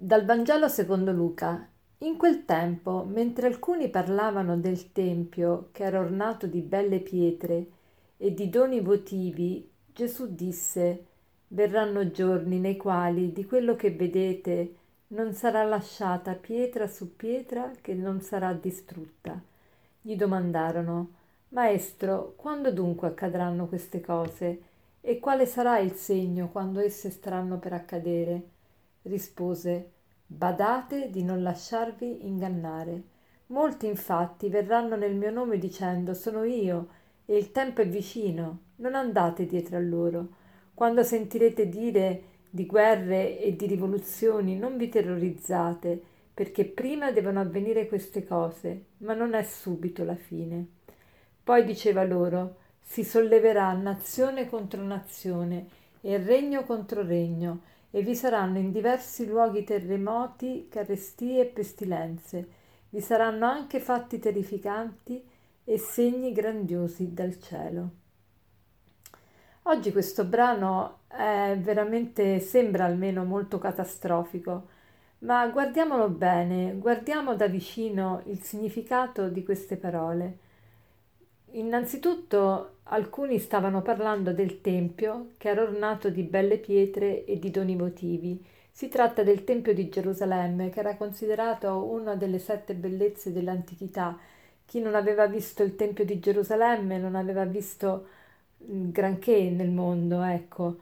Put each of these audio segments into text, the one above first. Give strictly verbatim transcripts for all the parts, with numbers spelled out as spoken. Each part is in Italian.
Dal Vangelo secondo Luca. In quel tempo, mentre alcuni parlavano del tempio che era ornato di belle pietre e di doni votivi, Gesù disse: Verranno giorni nei quali di quello che vedete non sarà lasciata pietra su pietra che non sarà distrutta. Gli domandarono: Maestro, quando dunque accadranno queste cose? E quale sarà il segno quando esse staranno per accadere? Rispose: Badate di non lasciarvi ingannare. Molti infatti verranno nel mio nome dicendo: Sono io, e il tempo è vicino. Non andate dietro a loro. Quando sentirete dire di guerre e di rivoluzioni, non vi terrorizzate, perché prima devono avvenire queste cose, ma non è subito la fine. Poi diceva loro: Si solleverà nazione contro nazione e regno contro regno, e vi saranno in diversi luoghi terremoti, carestie e pestilenze. Vi saranno anche fatti terrificanti e segni grandiosi dal cielo. Oggi questo brano è veramente, sembra almeno molto catastrofico, ma guardiamolo bene, guardiamo da vicino il significato di queste parole. Innanzitutto alcuni stavano parlando del tempio che era ornato di belle pietre e di doni votivi. Si tratta del Tempio di Gerusalemme, che era considerato una delle sette bellezze dell'antichità. Chi non aveva visto il Tempio di Gerusalemme non aveva visto mm, granché nel mondo, ecco.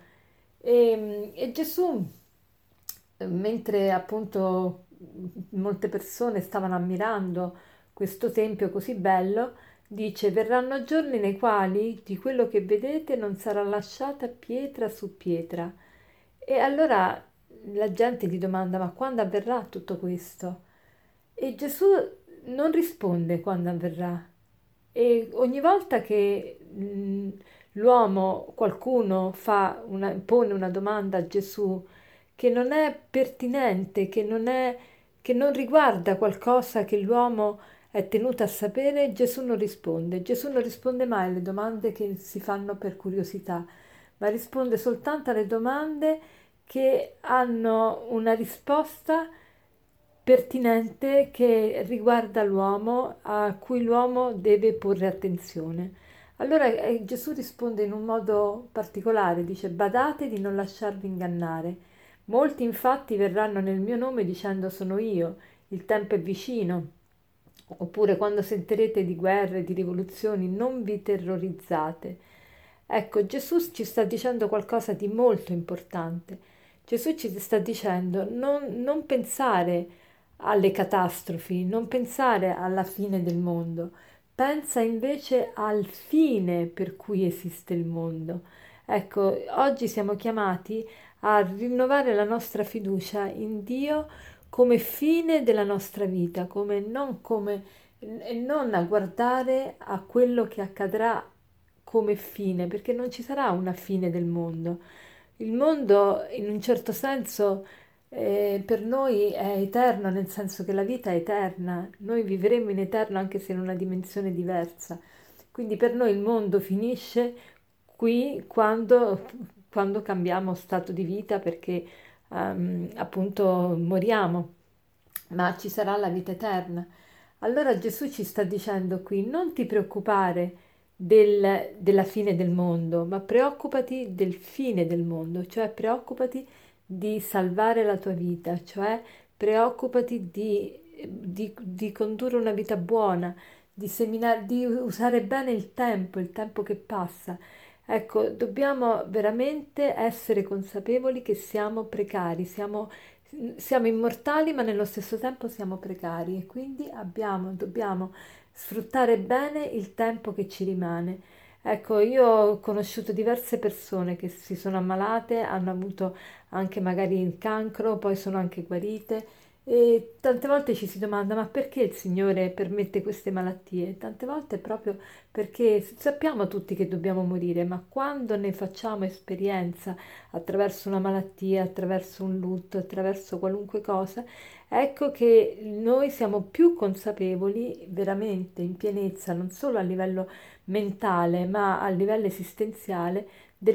E, e Gesù, eh, mentre appunto molte persone stavano ammirando questo tempio così bello, dice: Verranno giorni nei quali di quello che vedete non sarà lasciata pietra su pietra. E allora la gente gli domanda: Ma quando avverrà tutto questo? E Gesù non risponde quando avverrà. E ogni volta che mh, l'uomo, qualcuno fa una, pone una domanda a Gesù che non è pertinente, che non è, che non riguarda qualcosa che l'uomo è tenuto a sapere, Gesù non risponde. Gesù non risponde mai alle domande che si fanno per curiosità, ma risponde soltanto alle domande che hanno una risposta pertinente che riguarda l'uomo, a cui l'uomo deve porre attenzione. Allora eh, Gesù risponde in un modo particolare, dice: Badate di non lasciarvi ingannare. Molti infatti verranno nel mio nome dicendo: Sono io, il tempo è vicino. Oppure: quando sentirete di guerre, di rivoluzioni, non vi terrorizzate. Ecco, Gesù ci sta dicendo qualcosa di molto importante. Gesù ci sta dicendo: non, non pensare alle catastrofi, non pensare alla fine del mondo, pensa invece al fine per cui esiste il mondo. Ecco, oggi siamo chiamati a rinnovare la nostra fiducia in Dio come fine della nostra vita, come non come e non a guardare a quello che accadrà come fine, perché non ci sarà una fine del mondo. Il mondo, in un certo senso, eh, per noi è eterno, nel senso che la vita è eterna, noi vivremo in eterno anche se in una dimensione diversa. Quindi per noi il mondo finisce qui quando, quando cambiamo stato di vita, perché ehm, appunto moriamo, ma ci sarà la vita eterna. Allora Gesù ci sta dicendo qui: non ti preoccupare del- della fine del mondo, ma preoccupati del fine del mondo, cioè preoccupati di salvare la tua vita, cioè preoccupati di, di- di condurre una vita buona, di seminare, di usare bene il tempo, il tempo che passa. Ecco, dobbiamo veramente essere consapevoli che siamo precari, siamo siamo immortali, ma nello stesso tempo siamo precari e quindi abbiamo, dobbiamo sfruttare bene il tempo che ci rimane. Ecco, io ho conosciuto diverse persone che si sono ammalate, hanno avuto anche magari il cancro, poi sono anche guarite e tante volte ci si domanda: ma perché il Signore permette queste malattie? Tante volte proprio perché sappiamo tutti che dobbiamo morire, ma quando ne facciamo esperienza attraverso una malattia, attraverso un lutto, attraverso qualunque cosa, ecco che noi siamo più consapevoli veramente in pienezza, non solo a livello mentale, ma a livello esistenziale, della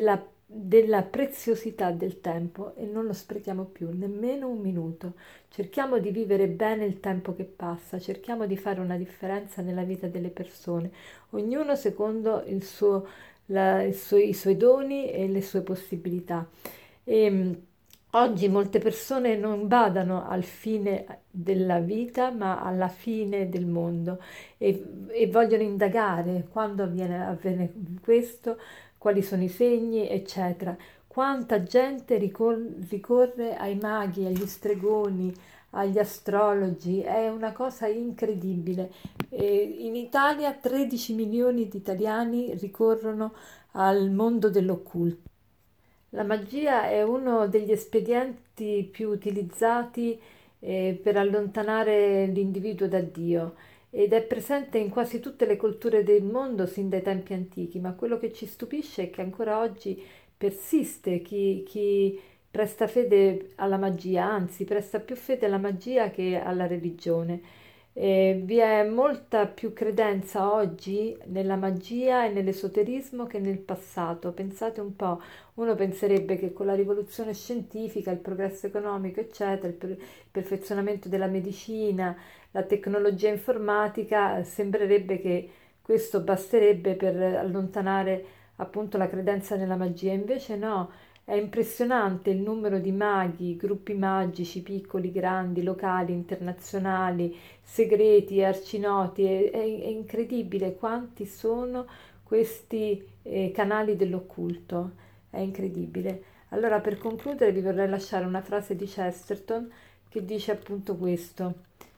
della preziosità del tempo e non lo sprechiamo più, nemmeno un minuto. Cerchiamo di vivere bene il tempo che passa, cerchiamo di fare una differenza nella vita delle persone, ognuno secondo il suo, la- il suo- i suoi doni e le sue possibilità. E, mh, oggi molte persone non badano al fine della vita, ma alla fine del mondo e, e vogliono indagare quando avviene, avviene questo, quali sono i segni, eccetera. Quanta gente ricor- ricorre ai maghi, agli stregoni, agli astrologi, è una cosa incredibile. E in Italia tredici milioni di italiani ricorrono al mondo dell'occulto. La magia è uno degli espedienti più utilizzati eh, per allontanare l'individuo da Dio ed è presente in quasi tutte le culture del mondo sin dai tempi antichi, ma quello che ci stupisce è che ancora oggi persiste chi, chi presta fede alla magia, anzi presta più fede alla magia che alla religione. Eh, vi è molta più credenza oggi nella magia e nell'esoterismo che nel passato. Pensate un po', uno penserebbe che con la rivoluzione scientifica, il progresso economico, eccetera, il, per- il perfezionamento della medicina, la tecnologia informatica, eh, sembrerebbe che questo basterebbe per allontanare appunto la credenza nella magia. Invece no, è impressionante il numero di maghi, gruppi magici, piccoli, grandi, locali, internazionali, segreti, arcinoti. È, è- è incredibile quanti sono questi eh, canali dell'occulto. È incredibile. Allora, per concludere, vi vorrei lasciare una frase di Chesterton che dice appunto questo,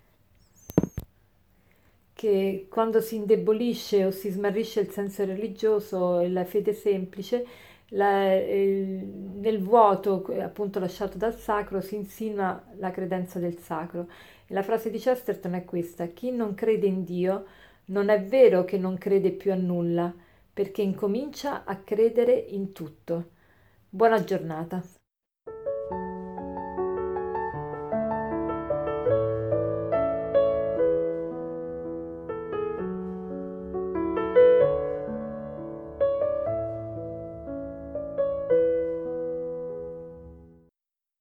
che quando si indebolisce o si smarrisce il senso religioso e la fede semplice, la- il- nel vuoto appunto lasciato dal sacro si insinua la credenza del sacro. E la frase di Chesterton è questa: chi non crede in Dio non è vero che non crede più a nulla, perché incomincia a credere in tutto. Buona giornata.